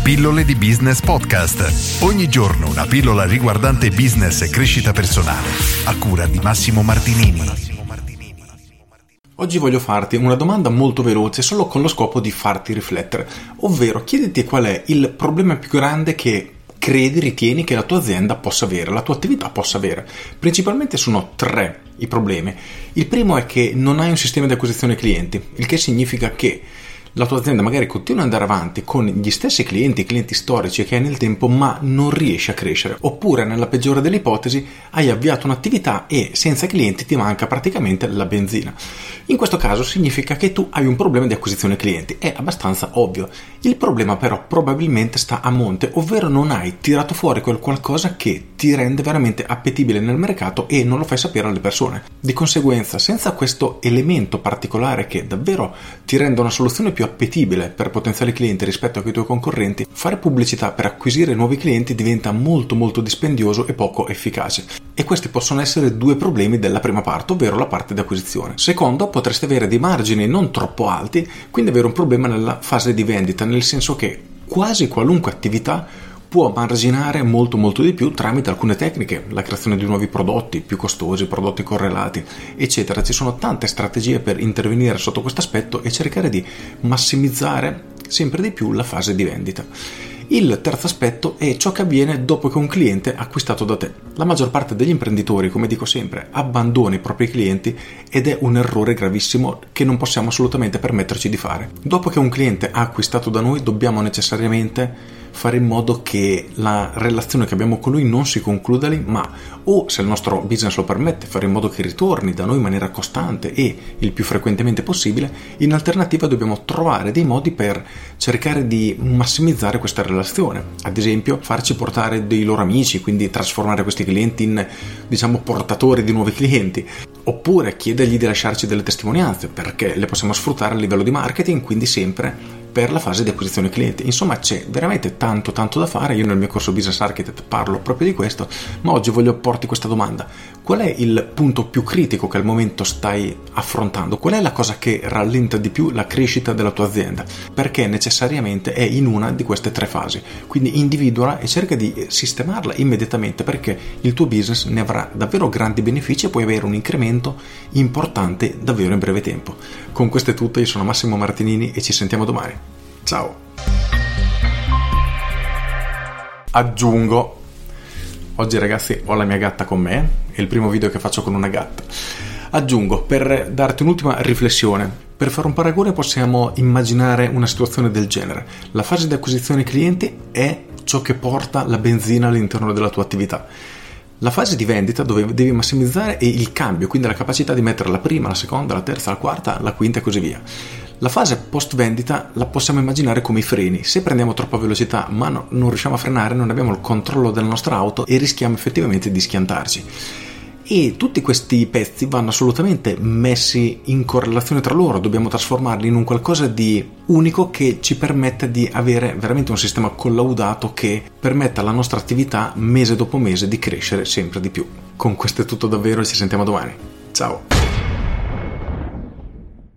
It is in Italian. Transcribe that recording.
Pillole di Business Podcast. Ogni giorno una pillola riguardante business e crescita personale. A cura di Massimo Martinini. Oggi voglio farti una domanda molto veloce solo con lo scopo di farti riflettere, ovvero chiediti qual è il problema più grande che ritieni che la tua azienda possa avere, la tua attività possa avere. Principalmente sono 3 i problemi. Il primo è che non hai un sistema di acquisizione clienti, il che significa che la tua azienda magari continua ad andare avanti con gli stessi clienti storici che hai nel tempo, ma non riesci a crescere. Oppure, nella peggiore delle ipotesi, hai avviato un'attività e senza clienti ti manca praticamente la benzina. In questo caso significa che tu hai un problema di acquisizione clienti. È abbastanza ovvio. Il problema però probabilmente sta a monte, ovvero non hai tirato fuori quel qualcosa che ti rende veramente appetibile nel mercato e non lo fai sapere alle persone. Di conseguenza, senza questo elemento particolare che davvero ti rende una soluzione più appetibile per potenziali clienti rispetto ai tuoi concorrenti, fare pubblicità per acquisire nuovi clienti diventa molto dispendioso e poco efficace. E questi possono essere 2 problemi della prima parte, ovvero la parte di acquisizione. Secondo, potresti avere dei margini non troppo alti, quindi avere un problema nella fase di vendita, nel senso che quasi qualunque attività può marginare molto di più tramite alcune tecniche, la creazione di nuovi prodotti più costosi, prodotti correlati, eccetera. Ci sono tante strategie per intervenire sotto questo aspetto e cercare di massimizzare sempre di più la fase di vendita. Il terzo aspetto è ciò che avviene dopo che un cliente ha acquistato da te. La maggior parte degli imprenditori, come dico sempre, abbandona i propri clienti ed è un errore gravissimo che non possiamo assolutamente permetterci di fare. Dopo che un cliente ha acquistato da noi, dobbiamo necessariamente fare in modo che la relazione che abbiamo con lui non si concluda lì, ma o, se il nostro business lo permette, fare in modo che ritorni da noi in maniera costante e il più frequentemente possibile. In alternativa dobbiamo trovare dei modi per cercare di massimizzare questa relazione, ad esempio farci portare dei loro amici, quindi trasformare questi clienti in, portatori di nuovi clienti, oppure chiedergli di lasciarci delle testimonianze perché le possiamo sfruttare a livello di marketing, quindi sempre per la fase di acquisizione clienti. Insomma, c'è veramente tanto da fare. Io nel mio corso Business Architect parlo proprio di questo, ma oggi voglio porti questa domanda: qual è il punto più critico che al momento stai affrontando? Qual è la cosa che rallenta di più la crescita della tua azienda? Perché necessariamente è in una di queste 3 fasi. Quindi individuala e cerca di sistemarla immediatamente, perché il tuo business ne avrà davvero grandi benefici e puoi avere un incremento importante davvero in breve tempo. Con questo è tutto, io sono Massimo Martinini e ci sentiamo domani. Ciao. Aggiungo, oggi ragazzi ho la mia gatta con me, è il primo video che faccio con una gatta. Aggiungo, per darti un'ultima riflessione, per fare un paragone possiamo immaginare una situazione del genere. La fase di acquisizione clienti è ciò che porta la benzina all'interno della tua attività. La fase di vendita, dove devi massimizzare, è il cambio, quindi la capacità di mettere la prima, la seconda, la terza, la quarta, la quinta e così via. La fase post vendita la possiamo immaginare come i freni. Se prendiamo troppa velocità ma non riusciamo a frenare, non abbiamo il controllo della nostra auto e rischiamo effettivamente di schiantarci. E tutti questi pezzi vanno assolutamente messi in correlazione tra loro, dobbiamo trasformarli in un qualcosa di unico che ci permetta di avere veramente un sistema collaudato che permetta alla nostra attività mese dopo mese di crescere sempre di più. Con questo è tutto davvero, ci sentiamo domani. Ciao!